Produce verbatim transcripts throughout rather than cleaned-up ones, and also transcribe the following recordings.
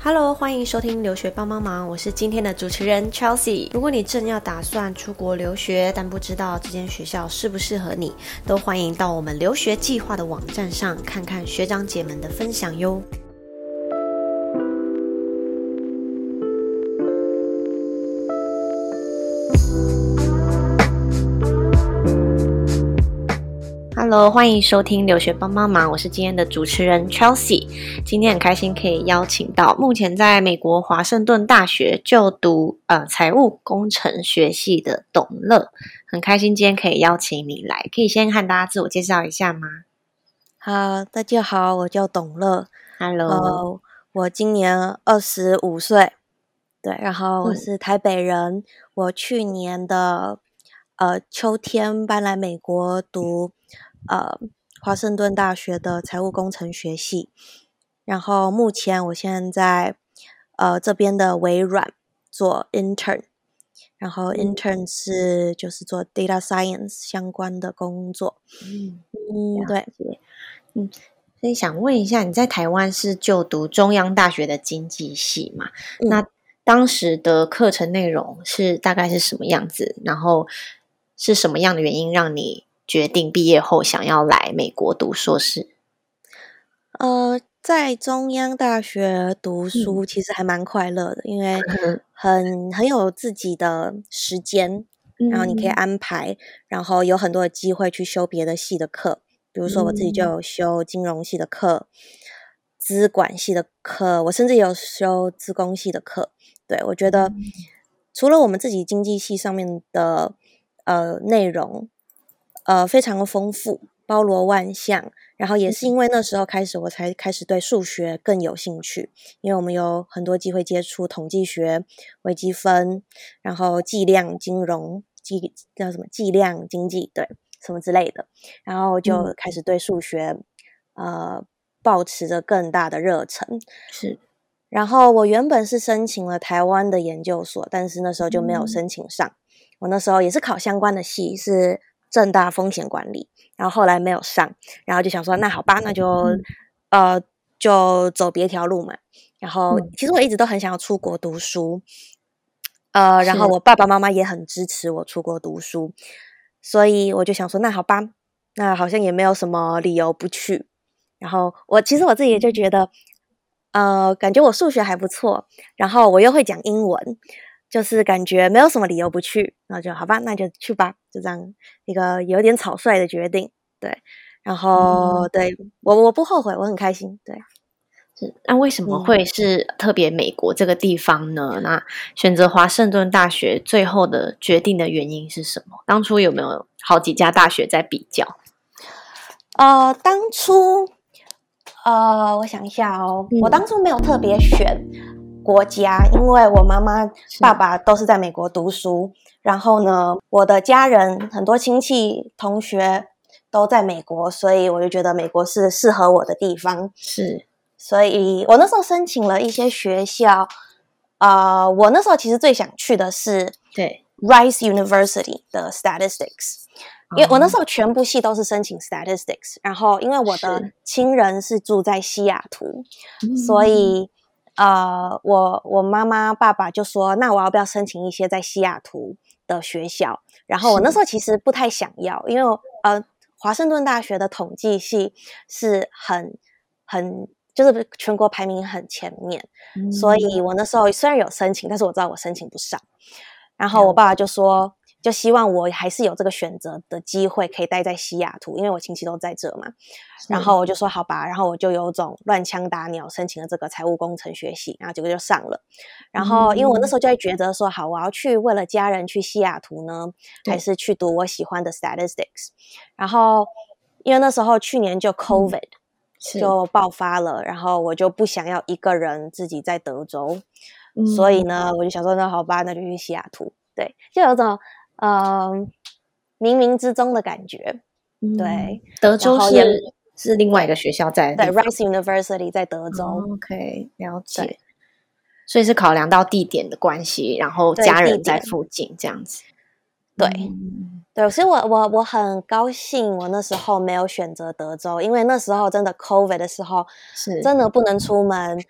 Hello， 欢迎收听留学帮帮忙，我是今天的主持人 Chelsea。如果你正要打算出国留学，但不知道这间学校适不适合你，都欢迎到我们留学计划的网站上看看学长姐们的分享哟。Hello， 欢迎收听留学帮帮忙，我是今天的主持人 Chelsea。今天很开心可以邀请到目前在美国华盛顿大学就读呃财务工程学系的董乐，很开心今天可以邀请你来，可以先和大家自我介绍一下吗？ 好，大家好，我叫董乐。 Hello， 呃，我今年二十五岁，对，然后我是台北人。嗯、我去年的呃秋天搬来美国读呃华盛顿大学的财务工程学系，然后目前我现在在呃这边的微软做 intern， 然后 intern 是就是做 data science 相关的工作。 嗯嗯，对， 嗯。所以想问一下，你在台湾是就读中央大学的经济系嘛？嗯、那当时的课程内容是大概是什么样子？然后是什么样的原因让你决定毕业后想要来美国读硕士？ 呃，在中央大学读书其实还蛮快乐的，因为很很有自己的时间，然后你可以安排，然后有很多的机会去修别的系的课。比如说我自己就有修金融系的课、资管系的课，我甚至有修资工系的课。对，我觉得除了我们自己经济系上面的呃内容，呃非常的丰富，包罗万象。然后也是因为那时候开始，我才开始对数学更有兴趣，因为我们有很多机会接触统计学、微积分，然后计量金融、计叫什么计量经济，对。什么之类的，然后就开始对数学、嗯、呃抱持着更大的热忱。 是， 然后我原本是申请了台湾的研究所，但是那时候就没有申请上。嗯、我那时候也是考相关的系，是政大风险管理，然后后来没有上，然后就想说那好吧，那就、嗯、呃就走别条路嘛。然后、嗯、其实我一直都很想要出国读书，呃，然后我爸爸妈妈也很支持我出国读书。所以我就想说那好吧，那好像也没有什么理由不去。然后我其实我自己就觉得呃，感觉我数学还不错，然后我又会讲英文，就是感觉没有什么理由不去。然后就好吧，那就去吧，就这样一个有点草率的决定。对，然后、嗯、对我我不后悔，我很开心。对， 是，那为什么会是特别美国这个地方呢？嗯、那选择华盛顿大学最后的决定的原因是什么？当初有没有好几家大学在比较？ 呃，当初呃，我想一下哦，嗯、我当初没有特别选国家，因为我妈妈、爸爸都是在美国读书，然后呢，我的家人很多亲戚、同学都在美国，所以我就觉得美国是适合我的地方。 是。 所以我那时候申请了一些学校，呃，我那时候其实最想去的是对 Rice University 的 Statistics，、哦、因为我那时候全部系都是申請 Statistics， 然后因为我的亲人是住在西雅图，所以呃，我我妈妈爸爸就说，那我要不要申请一些在西雅图的学校？然后我那时候其实不太想要，因为呃，华盛顿大学的统计系是很很。就是全国排名很前面、嗯、所以我那时候虽然有申请，但是我知道我申請不上，然后我爸爸就说就希望我还是有这个选择的机会可以待在西雅图，因为我亲戚都在这嘛。然后我就说好吧，然后我就有种乱枪打鸟申请了这个财务工程学系，然后结果就上了。然后因为我那时候就会觉得说好，我要去为了家人去西雅图呢，还是去读我喜欢的 statistics。然后因为那时候去年就 COVID、嗯就爆发了，然后我就不想要一个人自己在德州、嗯、所以呢我就想说那好吧，那就去西雅图。对，就有种呃冥冥之中的感觉、嗯、对， 德州是是另外一个学校在对 Rice University 在德州、 哦、OK 了解，所以是考量到地点的关系，然后家人在附近这样子。 对、嗯、对，所以我我我很高兴我那时候没有选择德州，因为那时候真的 COVID 的时候是真的不能出门，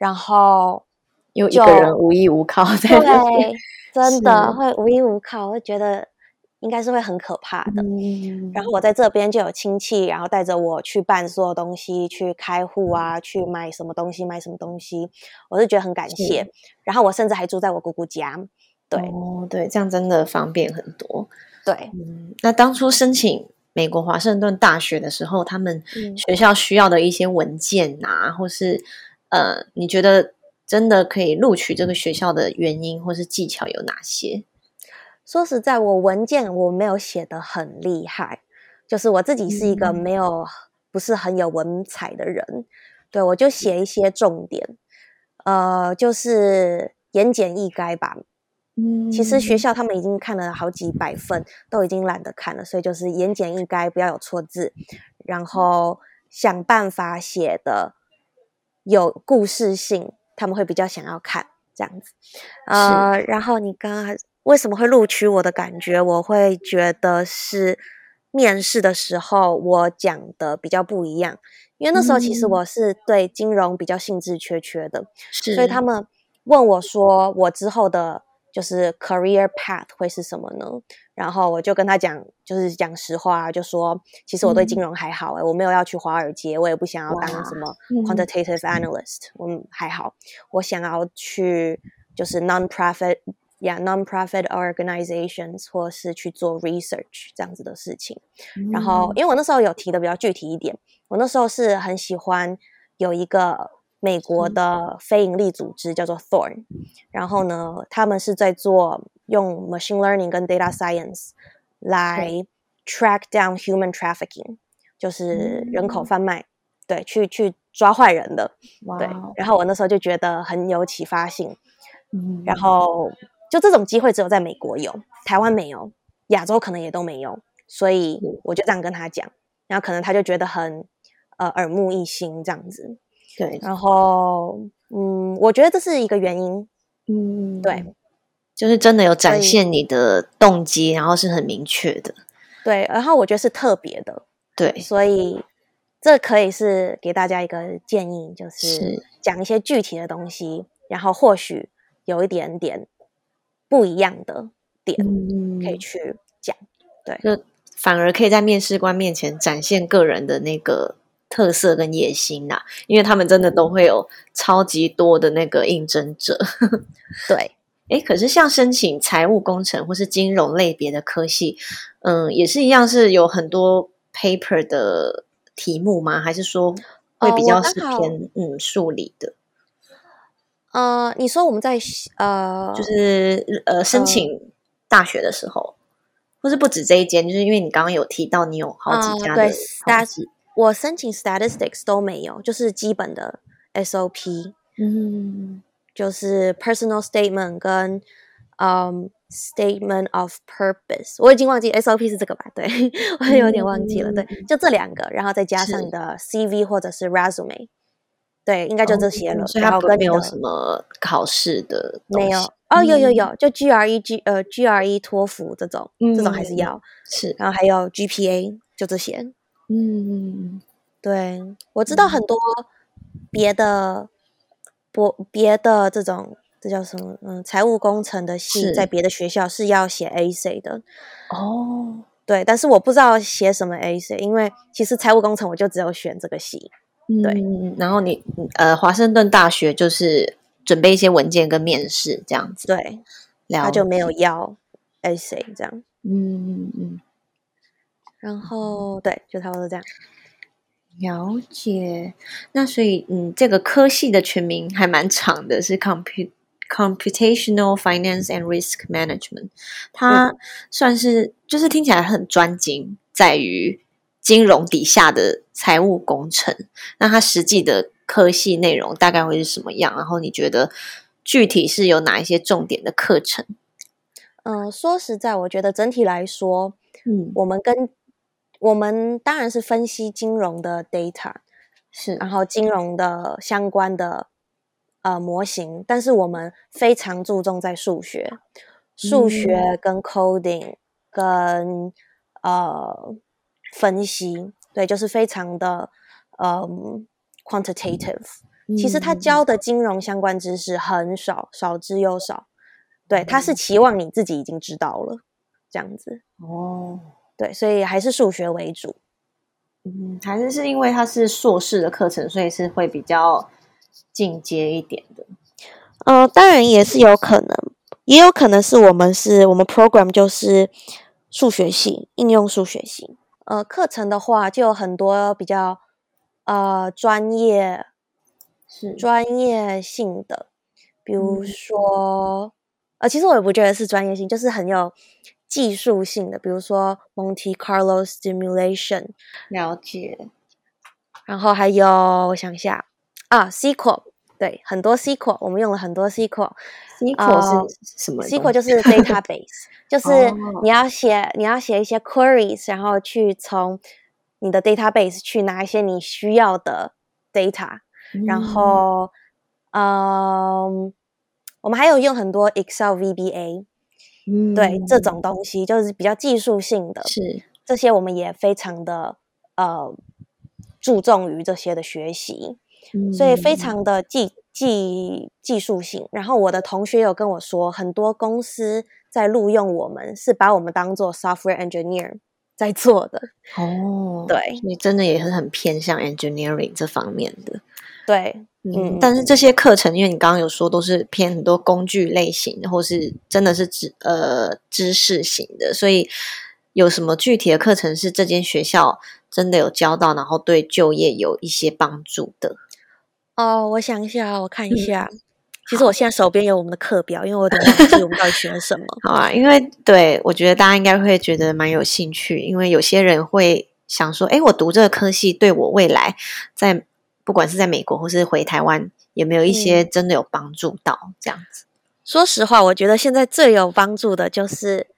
然后有一个人无依无靠在那边， 对，真的会无依无靠，我会觉得应该是会很可怕的。 嗯， 然后我在这边就有亲戚，然后带着我去办所有东西，去开户啊，去买什么东西，买什么东西，我是觉得很感谢。然后我甚至还住在我姑姑家，对， 哦，对，这样真的方便很多。 对， 嗯，那当初申请美国华盛顿大学的时候，他们嗯学校需要的一些文件啊，或是呃，你觉得真的可以录取这个学校的原因或是技巧有哪些？ 说实在，我文件我没有写得很厉害，就是我自己是一个嗯没有不是很有文采的人，对，我就写一些重点，呃，就是言简意赅吧。 嗯， 其实学校他们已经看了好几百份，都已经懒得看了，所以就是言简意赅，不要有错字，然后想办法写的有故事性，他们会比较想要看这样子。呃，然后你刚刚为什么会录取我的感觉？我会觉得是面试的时候我讲的比较不一样，因为那时候其实我是对金融比较兴致缺缺的， 是， 所以他们问我说我之后的就是 career path 会是什么呢？然后我就跟他讲，就是讲实话，就说其实我对金融还好、欸，我没有要去华尔街，我也不想要当什么 quantitative analyst，嗯，还好，我想要去就是 non-profit。Yeah, non-profit organizations 或是去做 research 这样子的事情。 嗯、 然后，因为我那时候有提的比较具体一点，我那时候是很喜欢有一个美国的非营利组织叫做 Thorn， 然后呢，他们是在做用 machine learning 跟 data science 来 track down human trafficking， 就是人口贩卖，对，去去抓坏人的，对。然后我那时候就觉得很有启发性， 嗯， 然后就这种机会只有在美国有，台湾没有，亚洲可能也都没有，所以我就这样跟他讲，然后可能他就觉得很呃耳目一新这样子， 对， 然后嗯，我觉得这是一个原因， 嗯， 对， 就是真的有展现你的动机，然后是很明确的， 对，然后我觉得是特别的， 对， 所以这可以是给大家一个建议，就是讲一些具体的东西，然后或许有一点点不一样的点可以去讲，对， 就反而可以在面试官面前展现个人的那个特色跟野心啦，因为他们真的都会有超级多的那个应征者。 对， 诶，可是像申请财务工程或是金融类别的科系，嗯，也是一样是有很多 paper 的题目吗？还是说会比较是偏、呃、嗯数理的？ 呃，你说我们在呃， 就是呃申请大学的时候，呃、或是不止这一间，就是因为你刚刚有提到你有好几家的统计， 呃、我申请 statistics 都没有，就是基本的 S O P， 嗯，就是 personal statement 跟嗯 statement of purpose， 我已经忘记 S O P 是这个吧？对，我有点忘记了，对，就这两个，然后再加上你的 C V 或者是 resume。对，应该就这些了。 哦、所以它没有什么考试的东西， 没有哦，有有有，就 G R E、G 呃 G R E 托福这种，嗯、这种还是要是， 然后还有 G P A， 就这些。嗯，对，我知道很多别的博别的这种这叫什么？嗯，财务工程的系在别的学校是要写 A C 的。哦，对，但是我不知道写什么 A C， 因为其实财务工程我就只有选这个系。对， 嗯，然后你呃，华盛顿大学就是准备一些文件跟面试这样子， 对，他就没有要 essay 这样，嗯嗯，然后对，就差不多这样。 了解，那所以嗯，这个科系的全名还蛮长的，是 comput computational finance and risk management， 它算是、嗯、就是听起来很专精，在于金融底下的财务工程，那它实际的科系内容大概会是什么样？然后你觉得具体是有哪一些重点的课程？ 嗯、呃，说实在，我觉得整体来说，嗯，我们跟我们当然是分析金融的 data， 是，然后金融的相关的呃模型，但是我们非常注重在数学，数学跟 coding 跟呃。分析，对，就是非常的嗯 quantitative， 其实他教的金融相关知识很少，少之又少。对，他是期望你自己已经知道了，这样子。 哦， 对，所以还是数学为主。 嗯，还是是因为它是硕士的课程，所以是会比较进阶一点的。 呃，当然也是有可能，也有可能是我们是我们 program 就是数学系，应用数学系。呃，课程的话就有很多比较呃专业是专业性的，比如说、嗯、呃，其实我也不觉得是专业性，就是很有技术性的，比如说 Monte Carlo Simulation， 了解。 然后还有我想一下啊 ，S Q L。对，很多 S Q L， 我们用了很多 S Q L。S Q L 是什么？ S Q L 就是 database， 就是你要写、哦、你要写一些 queries， 然后去从你的 database 去拿一些你需要的 data，、嗯、然后，嗯，我们还有用很多 Excel V B A，、嗯、对，这种东西就是比较技术性的， 是这些我们也非常的呃注重于这些的学习。所以非常的技技技术性，然后我的同学有跟我说，很多公司在录用我们是把我们当做 software engineer 在做的。 哦， 对， 所以真的也是很偏向 engineering 这方面的。 对， 嗯，但是这些课程，因为你刚刚有说都是偏很多工具类型的，或是真的是知呃知识型的，所以有什么具体的课程是这间学校真的有教到，然后对就业有一些帮助的？ 哦，我想一下，我看一下。嗯、其实我现在手边有我们的课表，因为我有点忘记我们到底学了什么。 好啊，因为对我觉得大家应该会觉得蛮有兴趣，因为有些人会想说，哎，我读这个科系对我未来在不管是在美国或是回台湾，有没有一些真的有帮助到、嗯、这样子？ 说实话，我觉得现在最有帮助的就是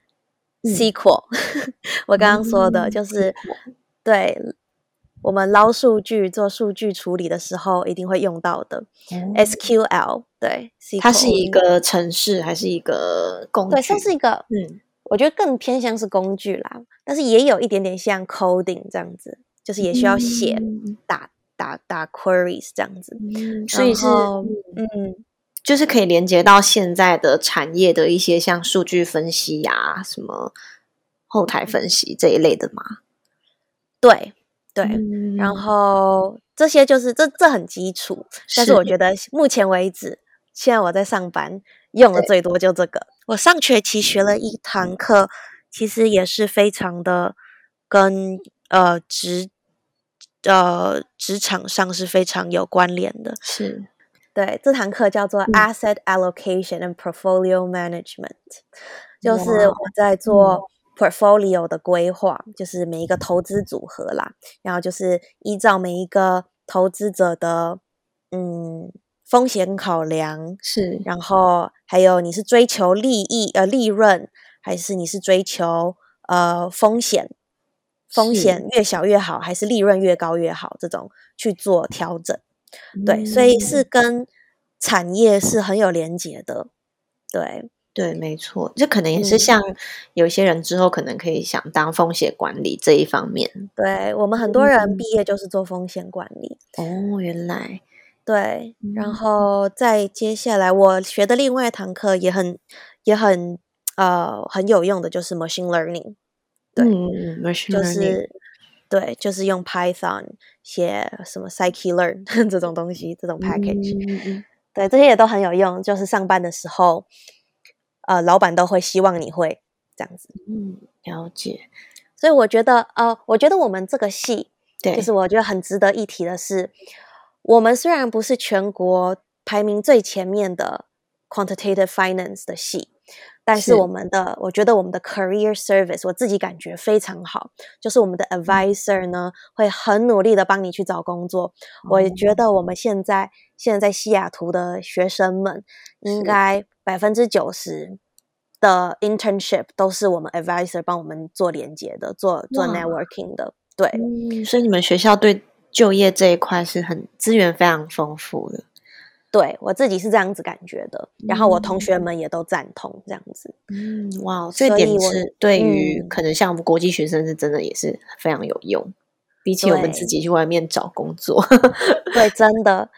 S Q L，、嗯、我刚刚说的就是、嗯、对。我们捞数据做数据处理的时候一定会用到的、哦、S Q L， 对 S Q L， 它是一个程式还是一个工具？ 对，它是一个嗯，我觉得更偏向是工具啦，但是也有一点点像 coding 这样子，就是也需要写、嗯、打打打 queries 这样子、 嗯、所以是嗯， 就是可以连接到现在的产业的一些像数据分析呀、啊、什么后台分析这一类的吗？ 对对、嗯，然后这些就是这这很基础，但是我觉得目前为止，现在我在上班用的最多就这个。我上学期学了一堂课，其实也是非常的跟呃职呃职场上是非常有关联的。 是， 对，这堂课叫做 Asset Allocation and Portfolio Management，、嗯、就是我在做portfolio 的规划，就是每一个投资组合啦，然后就是依照每一个投资者的嗯风险考量， 是， 然后还有你是追求利益呃利润，还是你是追求呃风险，风险越小越好，还是利润越高越好，这种去做调整。对，所以是跟产业是很有连结的，对。 对，没错，这可能也是像有些人之后可能可以想当风险管理这一方面。 嗯、对，我们很多人毕业就是做风险管理。 哦，原来。 对，然后再接下来我学的另外一堂课也很也很呃很有用的，就是 machine learning。对、 嗯、，machine learning 就是对，就是用 Python 写什么 scikit-learn 这种东西，这种 package、嗯、对，这些也都很有用，就是上班的时候呃，老板都会希望你会这样子。 嗯，了解。 所以我觉得呃，我觉得我们这个系，对，就是我觉得很值得一提的是，我们虽然不是全国排名最前面的 quantitative finance 的系，但是我们的我觉得我们的 career service 我自己感觉非常好，就是我们的 advisor 呢、嗯、会很努力的帮你去找工作、嗯、我觉得我们现在现在在西雅图的学生们应该百分之九十的 internship 都是我们 advisor 帮我们做连接的，做做 networking 的。对、 嗯，所以你们学校对就业这一块是很资源非常丰富的。 对，我自己是这样子感觉的，然后我同学们也都赞同这样子。 嗯，哇，这点是对于可能像我们国际学生是真的也是非常有用，比起我们自己去外面找工作。 对，真的，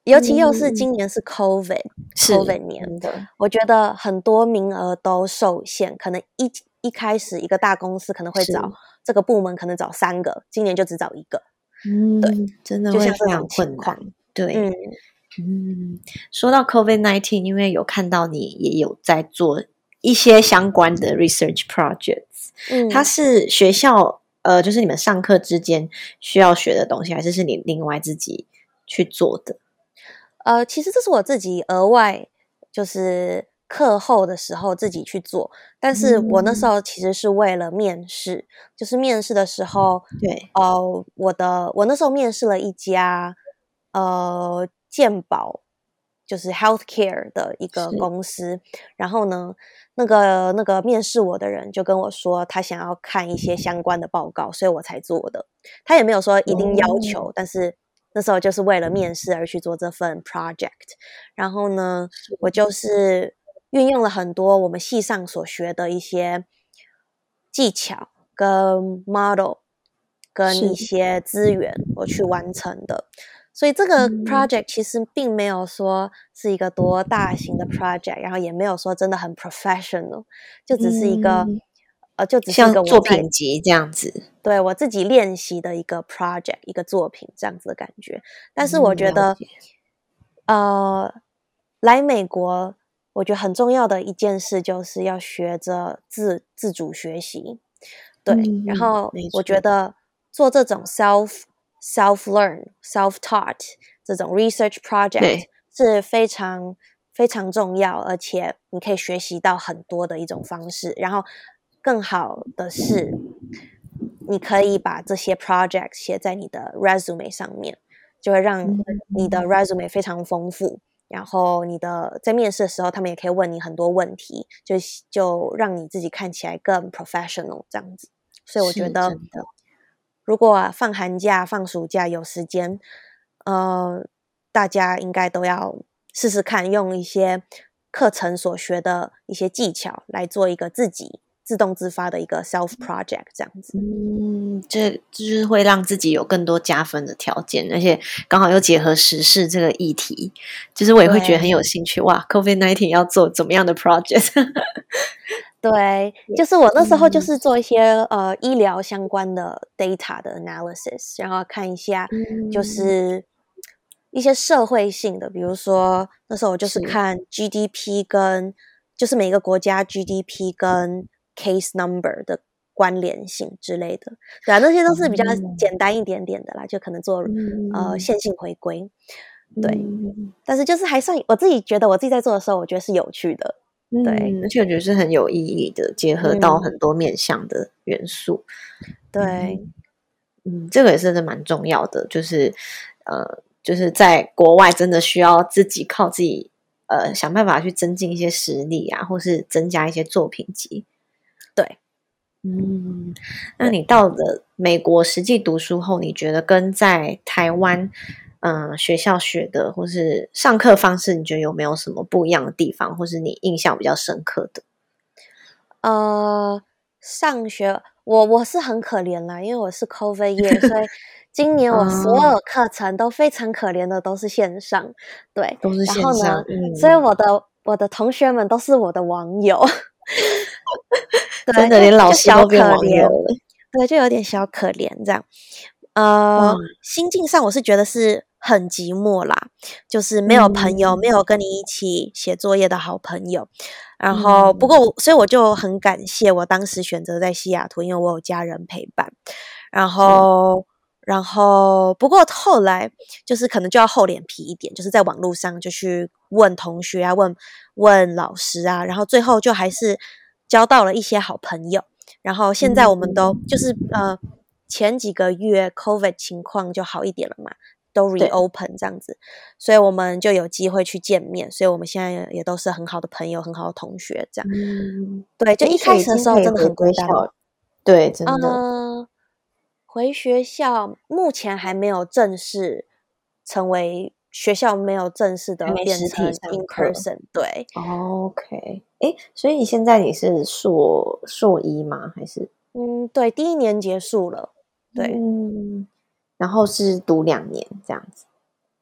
尤其又是今年是 COVID、嗯、 是 COVID 年，我觉得很多名额都受限，可能一一开始一个大公司可能会找这个部门可能找三个，今年就只找一个。 嗯， 对， 真的会非常困难。对，嗯嗯，说到 COVID 十九， 因为有看到你也有在做一些相关的 research projects，嗯，它是学校呃，就是你们上课之间需要学的东西，还是是你另外自己去做的？ 呃，其实这是我自己额外就是课后的时候自己去做，但是我那时候其实是为了面试，嗯、就是面试的时候， 对， 呃，我的我那时候面试了一家呃健保，就是 healthcare 的一个公司，然后呢，那个那个面试我的人就跟我说，他想要看一些相关的报告，所以我才做的。他也没有说一定要求，哦、但是那时候就是为了面试而去做这份 project。然后呢，我就是运用了很多我们系上所学的一些技巧跟 model 跟一些资源，我去完成的。所以这个 project 其实并没有说是一个多大型的 project， 然后也没有说真的很 professional， 就只是一个、嗯、呃，就只是一个我像作品集这样子， 对我自己练习的一个 project， 一个作品这样子的感觉。但是我觉得，嗯、呃，来美国，我觉得很重要的一件事就是要学着自自主学习。对，嗯、然后我觉得做这种 self self learn self taught 这种 research project 是非常非常重要，而且你可以学习到很多的一种方式。然后更好的是，你可以把这些 project 写在你的 resume 上面，就会让你的 resume 非常丰富。然后你的在面试的时候，他们也可以问你很多问题，就就让你自己看起来更 professional 这样子。所以我觉得，如果放寒假、放暑假有时间，呃，大家应该都要试试看，用一些课程所学的一些技巧来做一个自己自动自发的一个 self project 这样子。 嗯，这就是会让自己有更多加分的条件，而且刚好又结合时事这个议题，就是我也会觉得很有兴趣。哇 ，COVID 十九 要做怎么样的 project？ 对，就是我那时候就是做一些、嗯、呃医疗相关的 data 的 analysis， 然后看一下就是一些社会性的，比如说那时候我就是看 G D P 跟就是每个国家 G D P 跟 case number 的关联性之类的，对啊，那些都是比较简单一点点的啦，就可能做、嗯、呃线性回归，对、嗯，但是就是还算我自己觉得我自己在做的时候，我觉得是有趣的。对、 嗯，而且我觉得是很有意义的，结合到很多面向的元素。 嗯、对， 嗯，这个也是真的蛮重要的，就是呃，就是在国外真的需要自己靠自己呃想办法去增进一些实力啊，或是增加一些作品集。 对， 嗯，那你到了美国实际读书后，你觉得跟在台湾嗯、呃、学校学的或是上课方式，你觉得有没有什么不一样的地方，或是你印象比较深刻的？ 呃，上学我我是很可怜啦，因为我是 COVID year， 所以今年我所有课程都非常可怜的都是线上，对， 都是线上， 然后呢、 嗯、 所以我的我的同学们都是我的网友，对， 真的连老师都变网友了， 对，就有点小可怜这样。呃，心境上我是觉得是很寂寞啦，就是没有朋友，嗯、没有跟你一起写作业的好朋友。然后，不过，所以我就很感谢我当时选择在西雅图，因为我有家人陪伴。然后，然后，不过后来就是可能就要厚脸皮一点，就是在网络上就去问同学啊，问问老师啊，然后最后就还是交到了一些好朋友。然后现在我们都、嗯、就是呃。前几个月 COVID 情况就好一点了嘛，都 reopen 这样子，所以我们就有机会去见面，所以我们现在也都是很好的朋友，很好的同学这样。嗯、对，就一开始的时候真的很孤单。 对，真的、 呃。回学校目前还没有正式成为学校，没有正式的变成 in person。对、 哦、，OK， 哎，所以你现在你是硕硕一吗？还是？ 嗯，对，第一年结束了，对， 嗯，然后是读两年这样子。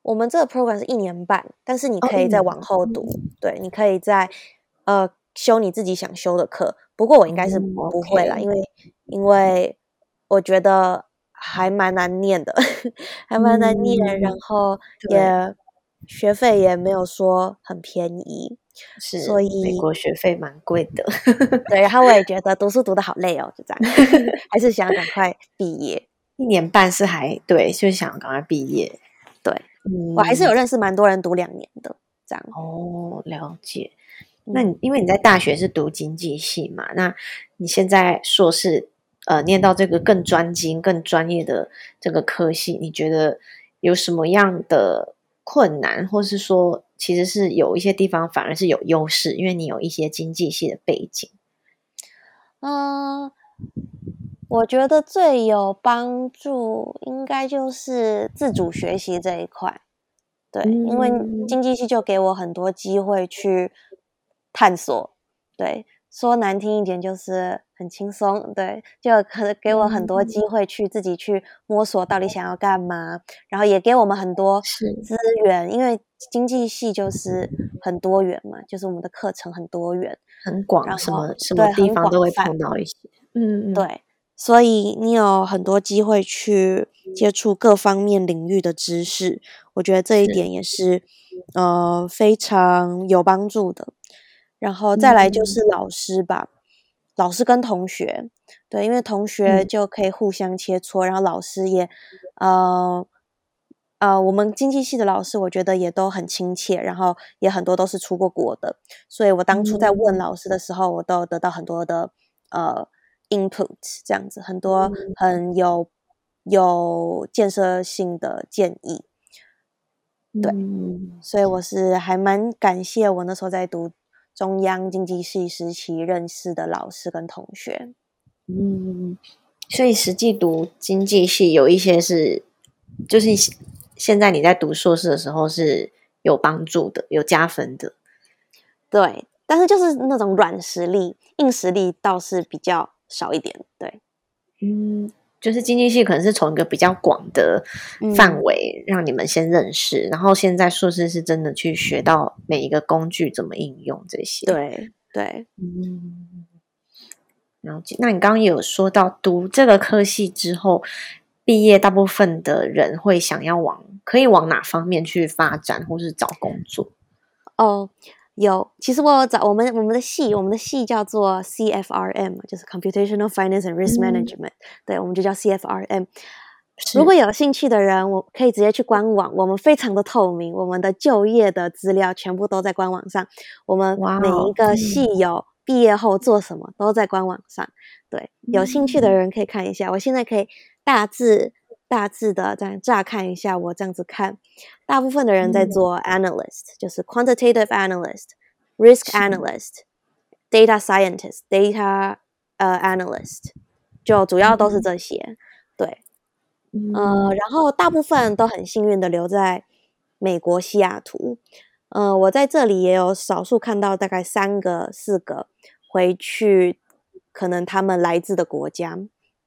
我们这个 program 是一年半，但是你可以再往后读， 哦、 对，你可以再呃修你自己想修的课。不过我应该是不会啦， 嗯、 因为因为我觉得还蛮难念的，还蛮难念， 嗯、 然后也学费也没有说很便宜， 是所以美国学费蛮贵的。 对，然后我也觉得读书读得好累哦，就这样，还是想赶快毕业。 一年半是还对，就是想赶快毕业。 对， 嗯， 我还是有认识蛮多人读两年的，这样。 哦，了解。 嗯、 那你因为你在大学是读经济系嘛，那你现在硕士呃念到这个更专精、更专业的这个科系，你觉得有什么样的困难，或是说其实是有一些地方反而是有优势，因为你有一些经济系的背景？ 嗯、呃，我觉得最有帮助应该就是自主学习这一块。对， 嗯、 因为经济系就给我很多机会去探索。对，说难听一点就是很轻松。对，就可能给我很多机会去自己去摸索到底想要干嘛，然后也给我们很多资源，因为经济系就是很多元嘛，就是我们的课程很多元， 很广，什么什么地方都会碰到一些。嗯嗯， 对，所以你有很多机会去接触各方面领域的知识，我觉得这一点也是呃非常有帮助的。然后再来就是老师吧，嗯、老师跟同学，对，因为同学就可以互相切磋，嗯、然后老师也呃呃，我们经济系的老师我觉得也都很亲切，然后也很多都是出过国的，所以我当初在问老师的时候，我都有得到很多的呃。input 这样子，很多很有有建设性的建议，对， 嗯、 所以我是还蛮感谢我那时候在读中央经济系时期认识的老师跟同学。 嗯，所以实际读经济系有一些是，就是现在你在读硕士的时候是有帮助的，有加分的。 对，但是就是那种软实力，硬实力倒是比较少一点。对， 嗯，就是经济系可能是从一个比较广的范围让你们先认识，嗯、然后现在硕士是真的去学到每一个工具怎么应用这些。 对对， 嗯，了解。那你刚刚也有说到读这个科系之后，毕业大部分的人会想要往可以往哪方面去发展，或是找工作？ 哦。有，其实我有找我们我们的系，我们的系叫做 C F R M， 就是 Computational Finance and Risk Management，、嗯、对，我们就叫 C F R M。如果有兴趣的人，我可以直接去官网，我们非常的透明，我们的就业的资料全部都在官网上，我们每一个系友毕业后做什么都在官网上。对，有兴趣的人可以看一下，我现在可以大致大致的这样乍看一下，我这样子看，大部分的人在做 analyst，、嗯、就是 quantitative analyst、risk analyst、data scientist、data 呃 analyst， 就主要都是这些。嗯、对，嗯、呃，然后大部分都很幸运的留在美国西雅图。呃，我在这里也有少数看到大概三个四个回去，可能他们来自的国家。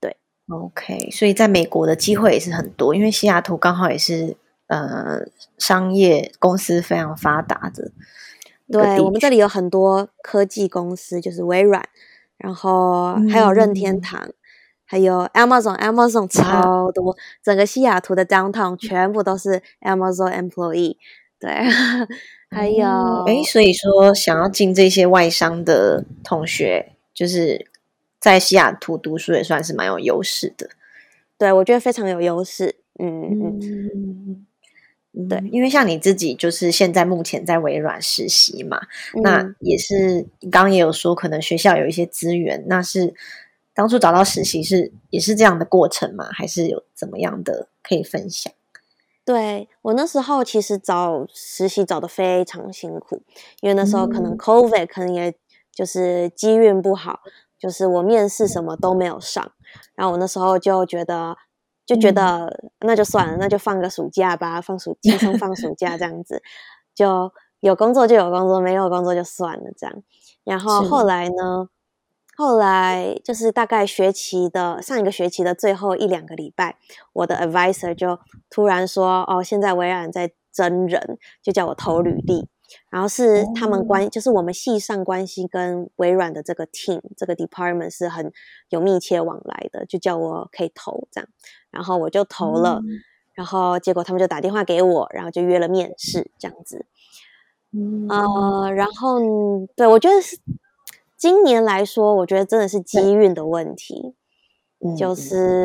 OK， 所以在美国的机会也是很多，因为西雅图刚好也是呃商业公司非常发达的。 对，我们这里有很多科技公司，就是微软，然后还有任天堂，嗯、还有 Amazon，Amazon 超多，整个西雅图的 downtown 全部都是 Amazon employee。对，还有哎、哦，所以说想要进这些外商的同学，就是在西雅图读书也算是蛮有优势的。 对，我觉得非常有优势。嗯嗯嗯，对，因为像你自己就是现在目前在微软实习嘛，嗯、那也是刚刚也有说，可能学校有一些资源，那是当初找到实习是也是这样的过程吗？还是有怎么样的可以分享？ 对，我那时候其实找实习找得非常辛苦，因为那时候可能 COVID，、嗯、可能也就是机运不好，就是我面试什么都没有上，然后我那时候就觉得就觉得、嗯、那就算了，那就放个暑假吧，放暑轻松放暑假这样子，就有工作就有工作，没有工作就算了这样。然后后来呢？后来就是大概学期的上一个学期的最后一两个礼拜，我的 advisor 就突然说：“哦，现在微软在真人，就叫我投履历。然后是他们关， 哦、 就是我们系上关系跟微软的这个 team 这个 department 是很有密切往来的，就叫我可以投这样，然后我就投了，嗯、然后结果他们就打电话给我，然后就约了面试这样子。嗯，呃，然后对我觉得是今年来说，我觉得真的是机运的问题，嗯、就是、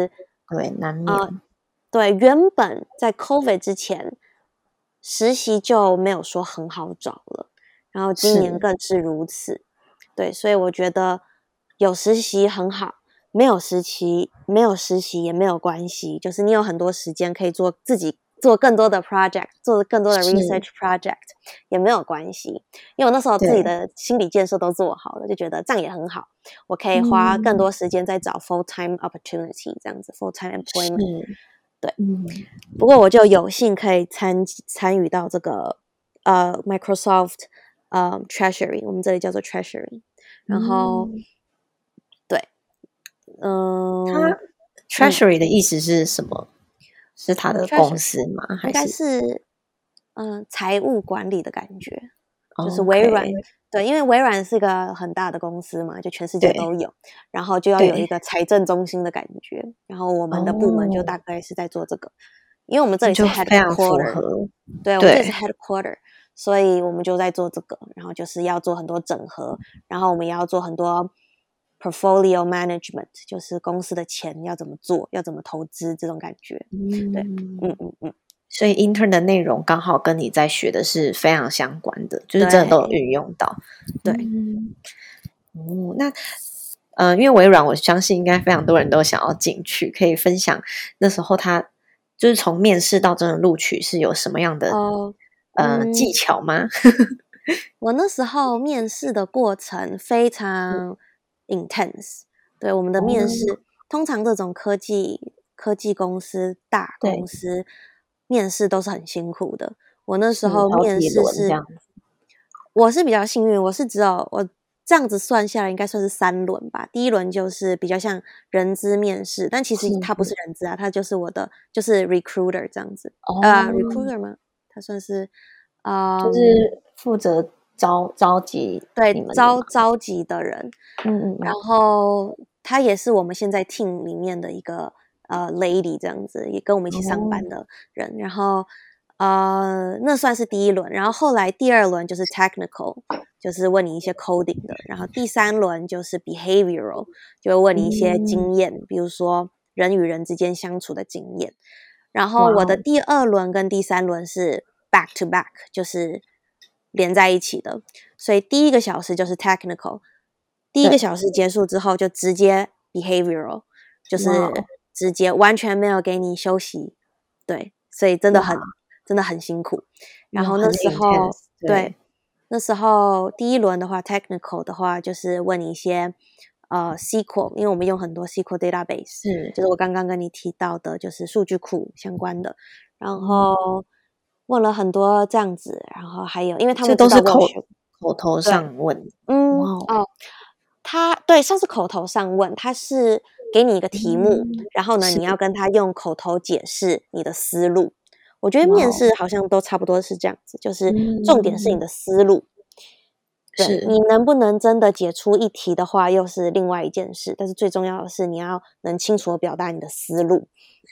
嗯、对难免、呃， 对，原本在 COVID 之前。实习就没有说很好找了，然后今年更是如此。对，所以我觉得有实习很好，没有实习没有实习也没有关系，就是你有很多时间可以做自己做更多的 project， 做更多的 research project 也没有关系。因为我那时候自己的心理建设都做好了，就觉得这样也很好，我可以花更多时间在找 full time opportunity 这样子 full time employment。对，嗯，不过我就有幸可以参参与到这个呃 Microsoft 呃 Treasury， 我们这里叫做 Treasury， 然后、嗯、对，嗯、 呃，它 Treasury 的意思是什么？嗯、是它的公司吗？ 应该是嗯、呃、财务管理的感觉，就是微微软。Okay. 对，因为微软是一个很大的公司嘛，就全世界都有，然后就要有一个财政中心的感觉，然后我们的部门就大概是在做这个。因为我们这里是 headquarter， 对，我们这里是 headquarter， 所以我们就在做这个，然后就是要做很多整合，然后我们也要做很多 portfolio management， 就是公司的钱要怎么做，要怎么投资这种感觉。嗯、对，嗯嗯嗯。 所以 intern 的内容刚好跟你在学的是非常相关的，就是真的都有运用到。 对， 嗯，哦，那呃，因为微软，我相信应该非常多人都想要进去，可以分享那时候他就是从面试到真的录取是有什么样的、哦、呃、嗯、技巧吗？ 我那时候面试的过程非常 intense， 对，我们的面试、哦、通常这种科技科技公司大公司面试都是很辛苦的。我那时候面试是，是我是比较幸运，我是只有我这样子算下来应该算是三轮吧。第一轮就是比较像人资面试，但其实他不是人资啊，他就是我的就是 recruiter 这样子。哦、呃 recruiter 吗？他算是啊、呃， 就是负责招召集对招召集的人。嗯嗯，然后他也是我们现在 team 里面的一个呃 lady 这样子，也跟我们一起上班的人。哦、然后呃，那算是第一轮，然后后来第二轮就是 technical， 就是问你一些 coding 的，然后第三轮就是 behavioral， 就会问你一些经验，嗯、比如说人与人之间相处的经验。然后我的第二轮跟第三轮是 back to back， 就是连在一起的，所以第一个小时就是 technical， 第一个小时结束之后就直接 behavioral， 就是直接完全没有给你休息，对，所以真的很。真的很辛苦，然后那时候 对, 对，那时候第一轮的话 ，technical 的话就是问你一些呃 S Q L， 因为我们用很多 S Q L database， 是就是我刚刚跟你提到的，就是数据库相关的，然后问了很多这样子，然后还有因为他们这都是口口头上问， 嗯哦，他对像是口头上问，他是给你一个题目，嗯、然后呢你要跟他用口头解释你的思路。我觉得面试好像都差不多是这样子， wow, 就是重点是你的思路，嗯、对你能不能真的解出一题的话又是另外一件事，但是最重要的是你要能清楚的表达你的思路。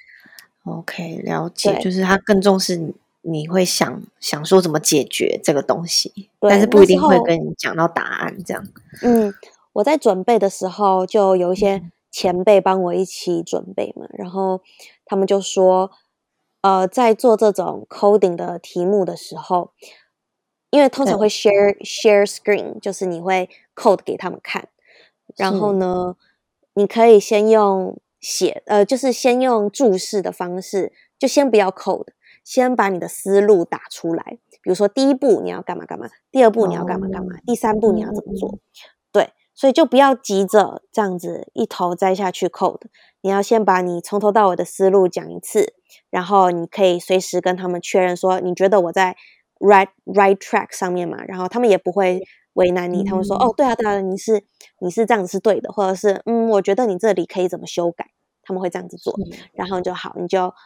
OK， 了解，就是他更重视你你会想想说怎么解决这个东西，但是不一定会跟你讲到答案这样。 嗯，我在准备的时候就有一些前辈帮我一起准备嘛，然后他们就说呃，在做这种 coding 的题目的时候，因为通常会 share share screen， 就是你会 code 给他们看，然后呢，你可以先用写，呃，就是先用注释的方式，就先不要 code， 先把你的思路打出来。比如说第一步你要干嘛干嘛，第二步你要干嘛干嘛，哦、第三步你要怎么做？嗯、对，所以就不要急着这样子一头栽下去 code， 你要先把你从头到尾的思路讲一次。然后你可以随时跟他们确认说，你觉得我在 right right track 上面嘛？然后他们也不会为难你，嗯、他们说哦，对啊，对啊，你是你是这样子是对的，或者是嗯，我觉得你这里可以怎么修改，他们会这样子做。嗯、然后就好，你就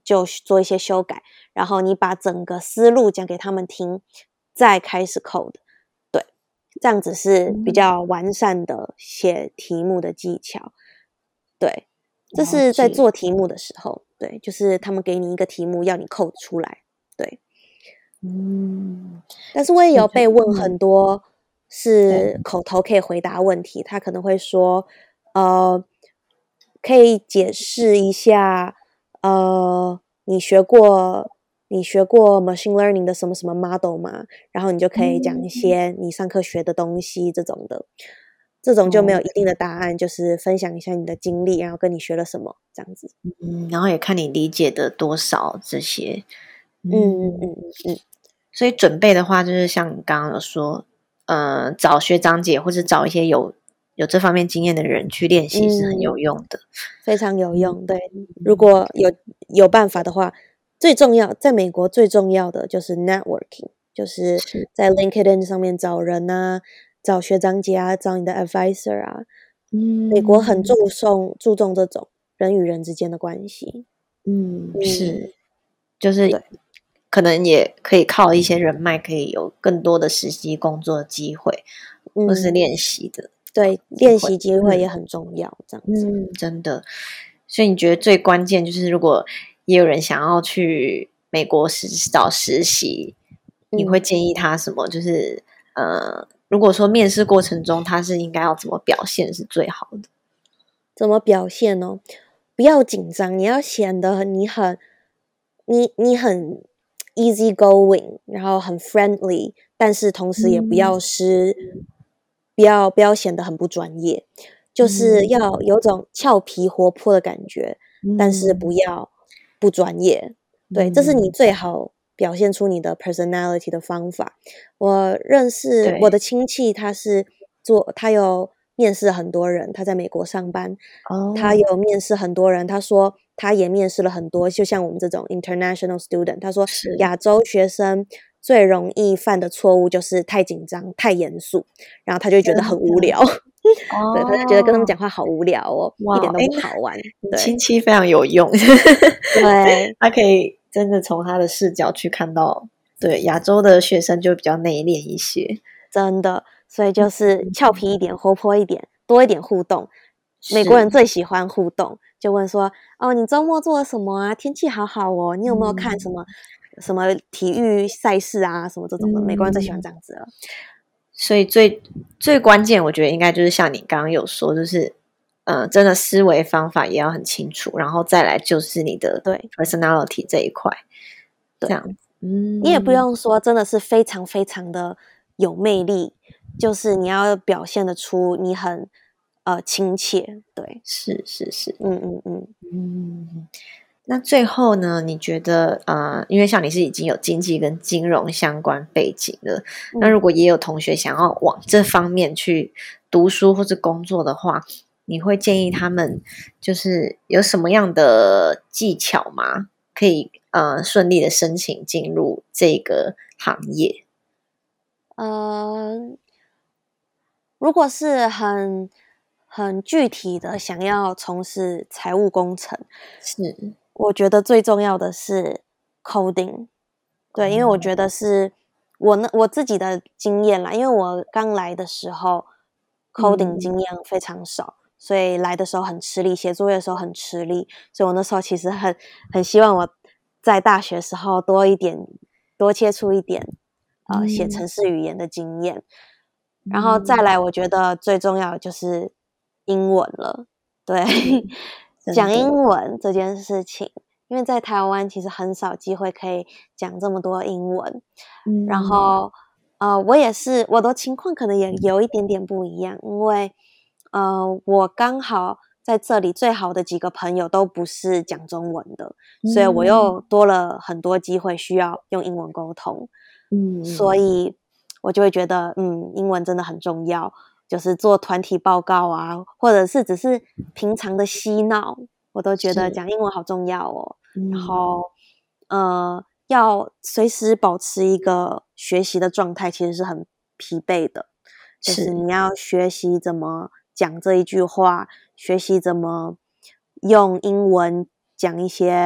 就做一些修改，然后你把整个思路讲给他们听，再开始 code。 对，这样子是比较完善的写题目的技巧。对，这是在做题目的时候，对，就是他们给你一个题目要你 code 出来。对， 嗯， 但是我也有被问很多是口头可以回答问题，他可能会说呃可以解释一下呃你学过你学过 machine learning 的什么什么 model 吗？然后你就可以讲一些你上课学的东西，这种的，这种就没有一定的答案，就是分享一下你的经历，然后跟你学了什么这样子。 嗯，然后也看你理解的多少这些。 嗯嗯嗯嗯。 所以准备的话，就是像你刚刚有说，呃，找学长姐或者找一些有有这方面经验的人去练习是很有用的， 嗯、非常有用。对，如果有有办法的话，最重要，在美国最重要的就是 networking， 就是在 LinkedIn 上面找人啊，找学长姐啊，找你的 advisor 啊。嗯，美国很注重注重这种人与人之间的关系。 嗯，是，就是可能也可以靠一些人脉，可以有更多的实习工作的机会，嗯、或是练习的。 对，练习机会也很重要，这样子。 嗯，真的。所以你觉得最关键就是，如果也有人想要去美国实找实习，你会建议他什么？就是呃，如果说面试过程中他是应该要怎么表现是最好的？ 怎么表现呢？不要紧张，你要显得你很你你很 easy going， 然后很 friendly， 但是同时也不要失、嗯、不要不要显得很不专业，就是要有种俏皮活泼的感觉、嗯、但是不要不专业、嗯、对，这是你最好表现出你的 personality 的方法。我认识我的亲戚，他是做他有面试很多人，他在美国上班、oh. 他有面试很多人，他说他也面试了很多，就像我们这种 international student， 他说亚洲学生最容易犯的错误就是太紧张太严肃，然后他就觉得很无聊对，他就觉得跟他们讲话好无聊哦、wow. 一点都不好玩、欸、对， 亲戚非常有用对， 他可以真的从他的视角去看到，对，亚洲的学生就比较内敛一些， 真的，所以就是俏皮一点、活泼一点，多一点互动。美国人最喜欢互动，就问说：“哦，你周末做了什么啊？天气好好哦，你有没有看什么、嗯、什么体育赛事啊？什么这种的、嗯？”美国人最喜欢这样子了。 所以最最关键，我觉得应该就是像你刚刚有说，就是呃，真的思维方法也要很清楚，然后再来就是你的对 personality 这一块，这样子。 嗯，你也不用说真的是非常非常的有魅力，就是你要表现得出你很呃亲切，对， 是是是， 嗯嗯嗯嗯。那最后呢？你觉得呃，因为像你是已经有经济跟金融相关背景了，嗯、那如果也有同学想要往这方面去读书或是工作的话，你会建议他们就是有什么样的技巧吗？可以呃顺利的申请进入这个行业？ 呃，如果是很很具体的想要从事财务工程， 是我觉得最重要的是 coding， 对，因为我觉得是我呢我自己的经验啦，因为我刚来的时候 coding 经验非常少、嗯，所以来的时候很吃力，写作业的时候很吃力，所以我那时候其实很很希望我在大学时候多一点多接触一点呃写程式语言的经验。然后再来我觉得最重要的就是英文了，对，讲英文这件事情，因为在台湾其实很少机会可以讲这么多英文、嗯、然后呃，我也是我的情况可能也有一点点不一样，因为呃，我刚好在这里最好的几个朋友都不是讲中文的、嗯、所以我又多了很多机会需要用英文沟通，嗯，所以我就会觉得嗯，英文真的很重要，就是做团体报告啊，或者是只是平常的嬉闹，我都觉得讲英文好重要哦。然后呃，要随时保持一个学习的状态，其实是很疲惫的，就是你要学习怎么讲这一句话，学习怎么用英文讲一些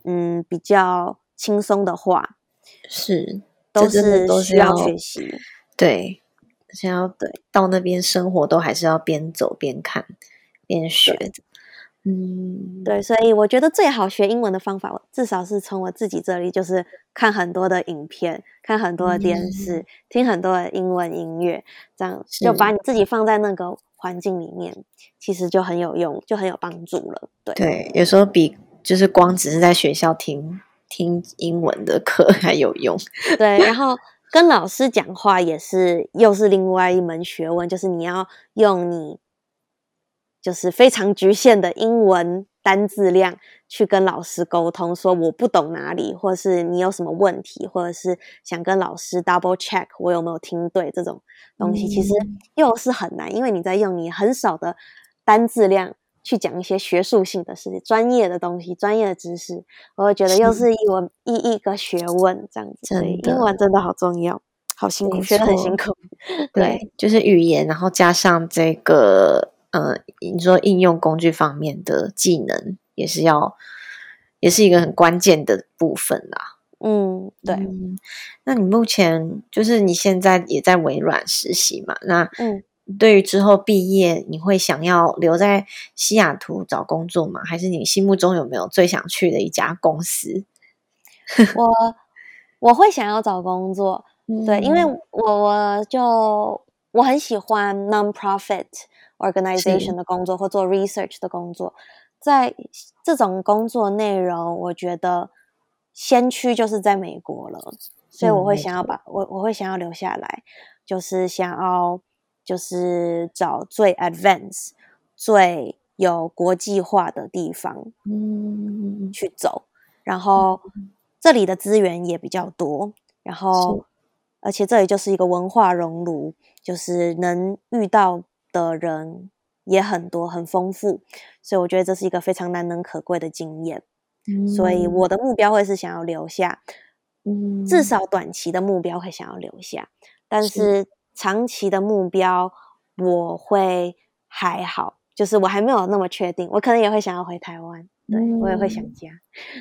嗯比较轻松的话， 是都是是需要学习。 对，而且要对到那边生活都还是要边走边看边学的。嗯， 对，所以我觉得最好学英文的方法，至少是从我自己这里，就是看很多的影片，看很多的电视，嗯、听很多的英文音乐，这样就把你自己放在那个环境里面，其实就很有用，就很有帮助了。对对，有时候比就是光只是在学校听听英文的课还有用。 对，然后跟老师讲话也是又是另外一门学问，就是你要用你就是非常局限的英文单字量去跟老师沟通，说我不懂哪里，或者是你有什么问题，或者是想跟老师 double check 我有没有听对这种东西，嗯、其实又是很难，因为你在用你很少的单字量去讲一些学术性的事情、专业的东西、专业的知识，我会觉得又是一文一一个学问这样子，所以英文真的好重要，好辛苦，学得很辛苦。 对，对就是语言，然后加上这个。呃，你说应用工具方面的技能也是要，也是一个很关键的部分啦。 嗯，对。 嗯，那你目前就是你现在也在微软实习嘛？那嗯， 对于之后毕业，你会想要留在西雅图找工作吗？还是你心目中有没有最想去的一家公司？ 我我会想要找工作，嗯、对，因为我我就我很喜欢 non-profit organization 的工作或做 research 的工作，在这种工作内容，我觉得先驱就是在美国了，所以我会想要把、嗯、我我会想要留下来，就是想要就是找最 advanced 最有国际化的地方，嗯，去走，然后这里的资源也比较多，然后而且这里就是一个文化熔炉，就是能遇到的人也很多，很丰富，所以我觉得这是一个非常难能可贵的经验。嗯、所以我的目标会是想要留下，嗯，至少短期的目标会想要留下，但是长期的目标我会还好，就是我还没有那么确定，我可能也会想要回台湾，对、嗯、我也会想家。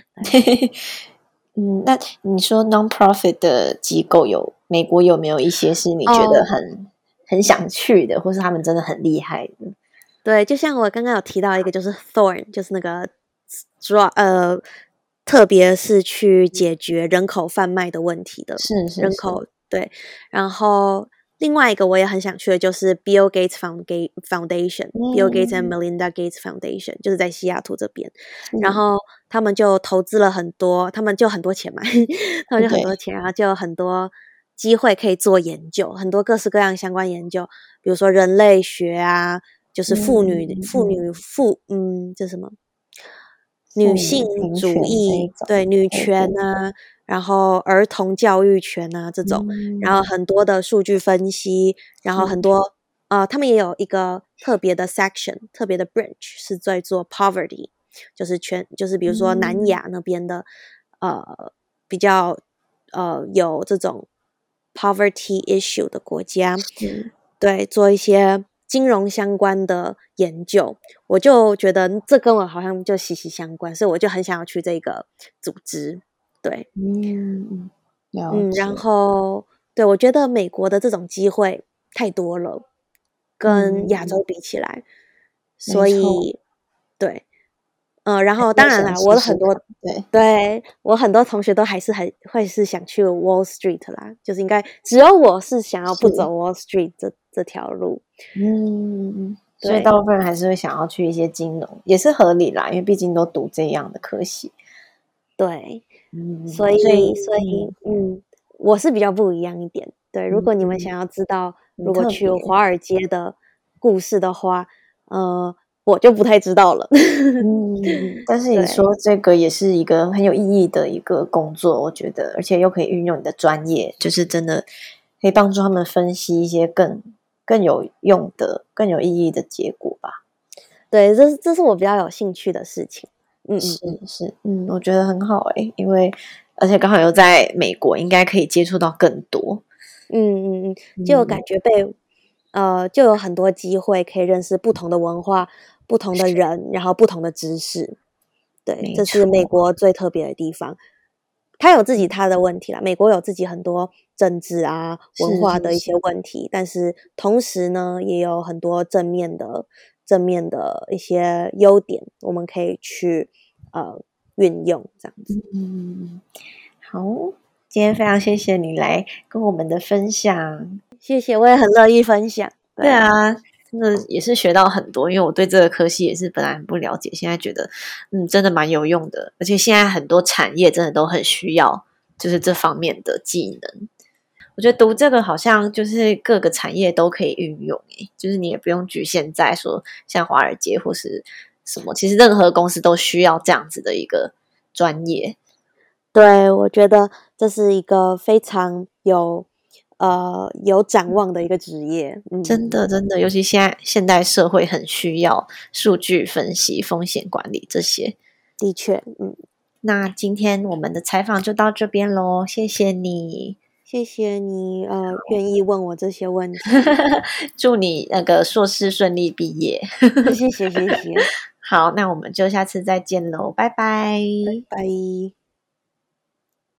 嗯，那你说 non-profit 的机构有美国有没有一些是你觉得很、oh, 很想去的，或是他们真的很厉害的？ 对，就像我刚刚有提到一个，就是 Thorn， 就是那个主要呃，特别是去解决人口贩卖的问题的， 是是是人口对。然后另外一个我也很想去的就是 Bill Gates Foundation，、嗯、Bill Gates and Melinda Gates Foundation， 就是在西雅图这边。嗯、然后他们就投资了很多，他们就很多钱嘛，他们就很多钱，然后就有很多机会可以做研究，很多各式各样相关研究，比如说人类学啊。就是妇女、嗯、妇女妇嗯，这什么女性主义，对女权啊，然后儿童教育权啊这种，嗯、然后很多的数据分析，然后很多呃，他们也有一个特别的 section， 特别的 branch 是在做 poverty， 就是全就是比如说南亚那边的、嗯、呃比较呃有这种 poverty issue 的国家，对，做一些金融相关的研究，我就觉得这跟我好像就息息相关，所以我就很想要去这个组织。对， 嗯嗯，然后对我觉得美国的这种机会太多了，跟亚洲比起来，嗯、所以对，呃，然后当然啦，我的很多对对我很多同学都还是很会是想去 Wall Street 啦，就是应该只有我是想要不走 Wall Street 这这条路。 嗯，所以大部分人还是会想要去一些金融，也是合理啦，因为毕竟都读这样的科系。 对，嗯，所以所以嗯，我是比较不一样一点。对，如果你们想要知道，嗯、如果去华尔街的故事的话，呃，我就不太知道了。 嗯，但是你说这个也是一个很有意义的一个工作，我觉得，而且又可以运用你的专业，就是真的可以帮助他们分析一些更更有用的、更有意义的结果吧。 对，这是这是我比较有兴趣的事情。嗯是是，嗯，我觉得很好哎、欸，因为而且刚好又在美国，应该可以接触到更多。 嗯嗯嗯，就感觉被、嗯、呃，就有很多机会可以认识不同的文化、不同的人，然后不同的知识。 对，这是美国最特别的地方。它有自己它的问题啦，美国有自己很多政治啊、文化的一些问题，是是是，但是同时呢，也有很多正面的、正面的一些优点，我们可以去呃运用这样子。 嗯，好，今天非常谢谢你来跟我们的分享， 谢谢，我也很乐意分享。 对, 对啊。真的也是学到很多，因为我对这个科系也是本来很不了解，现在觉得嗯真的蛮有用的，而且现在很多产业真的都很需要就是这方面的技能。我觉得读这个好像就是各个产业都可以运用耶，就是你也不用局限在说像华尔街或是什么，其实任何公司都需要这样子的一个专业。 对，我觉得这是一个非常有呃，有展望的一个职业。 嗯，真的真的，尤其现在现代社会很需要数据分析、风险管理这些。 的确，嗯。 那今天我们的采访就到这边咯，谢谢你。 谢谢你，呃，愿意问我这些问题。 祝你那个硕士顺利毕业。 谢谢谢谢。 好，那我们就下次再见咯，拜拜。 拜拜。